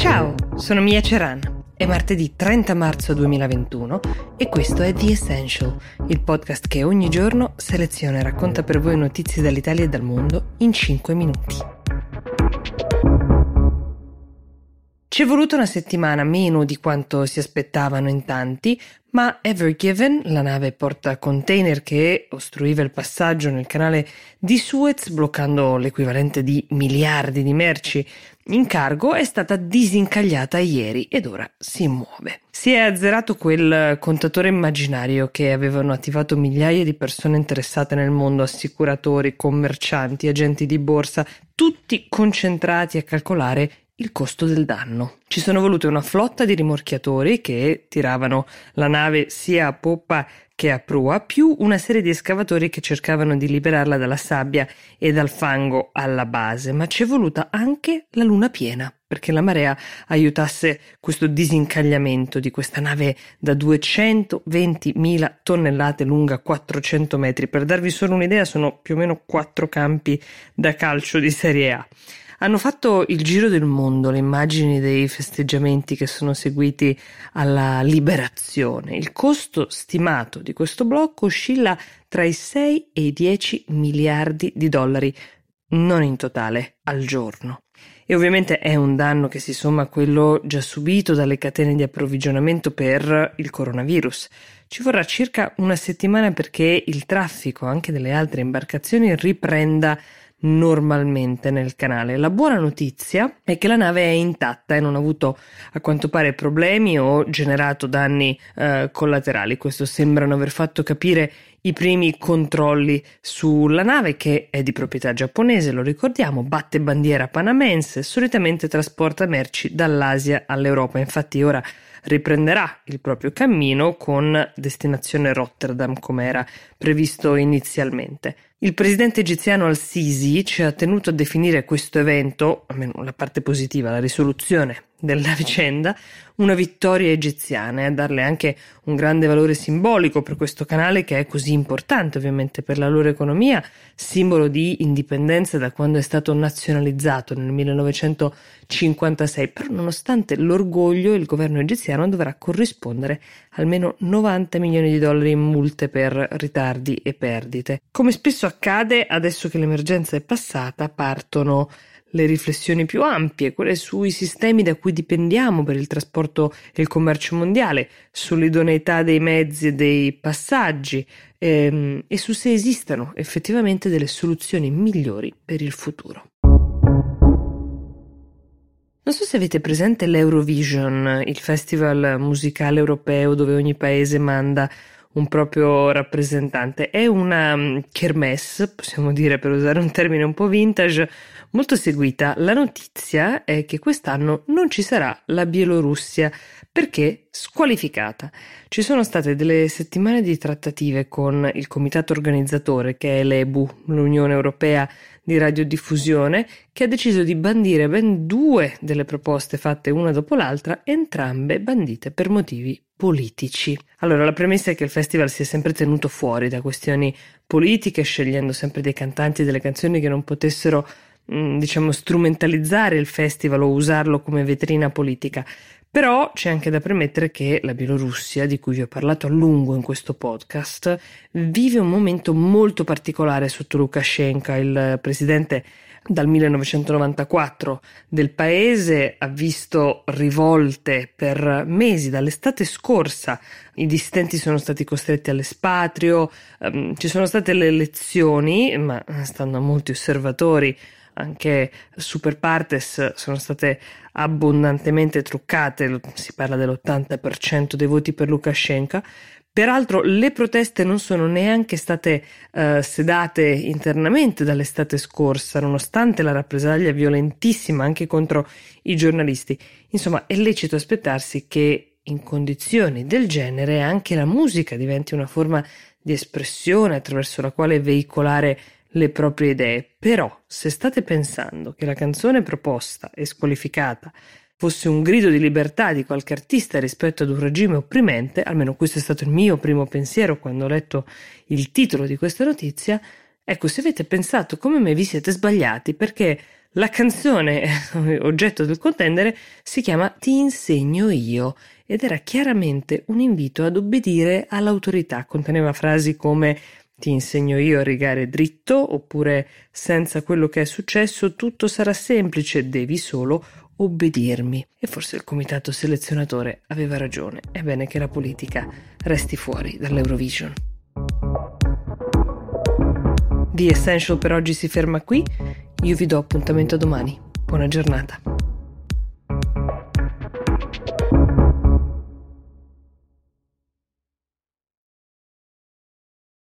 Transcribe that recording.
Ciao, sono Mia Ceran. È martedì 30 marzo 2021 e questo è The Essential, il podcast che ogni giorno seleziona e racconta per voi notizie dall'Italia e dal mondo in 5 minuti. Ci è voluta una settimana, meno di quanto si aspettavano in tanti, ma Ever Given, la nave portacontainer che ostruiva il passaggio nel canale di Suez, bloccando l'equivalente di miliardi di merci in cargo, è stata disincagliata ieri ed ora si muove. Si è azzerato quel contatore immaginario che avevano attivato migliaia di persone interessate nel mondo, assicuratori, commercianti, agenti di borsa, tutti concentrati a calcolare il costo del danno. Ci sono volute una flotta di rimorchiatori che tiravano la nave sia a poppa che a prua, più una serie di escavatori che cercavano di liberarla dalla sabbia e dal fango alla base, ma ci è voluta anche la luna piena perché la marea aiutasse questo disincagliamento di questa nave da 220.000 tonnellate lunga 400 metri. Per darvi solo un'idea, sono più o meno 4 campi da calcio di Serie A. Hanno fatto il giro del mondo le immagini dei festeggiamenti che sono seguiti alla liberazione. Il costo stimato di questo blocco oscilla tra i 6 e i 10 miliardi di dollari, non in totale, al giorno. E ovviamente è un danno che si somma a quello già subito dalle catene di approvvigionamento per il coronavirus. Ci vorrà circa una settimana perché il traffico anche delle altre imbarcazioni riprenda normalmente nel canale. La buona notizia è che la nave è intatta e non ha avuto a quanto pare problemi o generato danni collaterali. Questo sembrano aver fatto capire i primi controlli sulla nave, che è di proprietà giapponese, lo ricordiamo, batte bandiera panamense, solitamente trasporta merci dall'Asia all'Europa. Infatti ora riprenderà il proprio cammino con destinazione Rotterdam come era previsto inizialmente. Il presidente egiziano Al-Sisi ci ha tenuto a definire questo evento, almeno la parte positiva, la risoluzione della vicenda, una vittoria egiziana e a darle anche un grande valore simbolico per questo canale che è così importante ovviamente per la loro economia, simbolo di indipendenza da quando è stato nazionalizzato nel 1956. Però nonostante l'orgoglio, il governo egiziano dovrà corrispondere almeno 90 milioni di dollari in multe per ritardi e perdite. Come spesso accade, adesso che l'emergenza è passata, partono le riflessioni più ampie, quelle sui sistemi da cui dipendiamo per il trasporto e il commercio mondiale, sull'idoneità dei mezzi e dei passaggi e su se esistano effettivamente delle soluzioni migliori per il futuro. Non so se avete presente l'Eurovision, il festival musicale europeo dove ogni paese manda un proprio rappresentante. È una kermesse, possiamo dire, per usare un termine un po' vintage, molto seguita. La notizia è che quest'anno non ci sarà la Bielorussia perché squalificata. Ci sono state delle settimane di trattative con il comitato organizzatore, che è l'EBU, l'Unione Europea di Radiodiffusione, che ha deciso di bandire ben 2 delle proposte fatte una dopo l'altra, entrambe bandite per motivi politici. Allora, la premessa è che il festival si è sempre tenuto fuori da questioni politiche, scegliendo sempre dei cantanti e delle canzoni che non potessero strumentalizzare il festival o usarlo come vetrina politica. Però c'è anche da premettere che la Bielorussia, di cui vi ho parlato a lungo in questo podcast, vive un momento molto particolare sotto Lukashenko. Il presidente dal 1994 del paese ha visto rivolte per mesi, dall'estate scorsa i dissidenti sono stati costretti all'espatrio, ci sono state le elezioni, ma stando a molti osservatori anche super partes sono state abbondantemente truccate, si parla dell'80% dei voti per Lukashenko. Peraltro le proteste non sono neanche state sedate internamente dall'estate scorsa, nonostante la rappresaglia violentissima anche contro i giornalisti. Insomma, è lecito aspettarsi che in condizioni del genere anche la musica diventi una forma di espressione attraverso la quale veicolare le proprie idee. Però, se state pensando che la canzone proposta e squalificata fosse un grido di libertà di qualche artista rispetto ad un regime opprimente, almeno questo è stato il mio primo pensiero quando ho letto il titolo di questa notizia, ecco, se avete pensato come me vi siete sbagliati, perché La canzone oggetto del contendere si chiama Ti insegno io ed era chiaramente un invito ad obbedire all'autorità. Conteneva frasi come ti insegno io a rigare dritto, oppure senza quello che è successo tutto sarà semplice, devi solo obbedirmi. E forse il comitato selezionatore aveva ragione. È bene che la politica resti fuori dall'Eurovision. The Essential per oggi si ferma qui. Io vi do appuntamento domani. Buona giornata.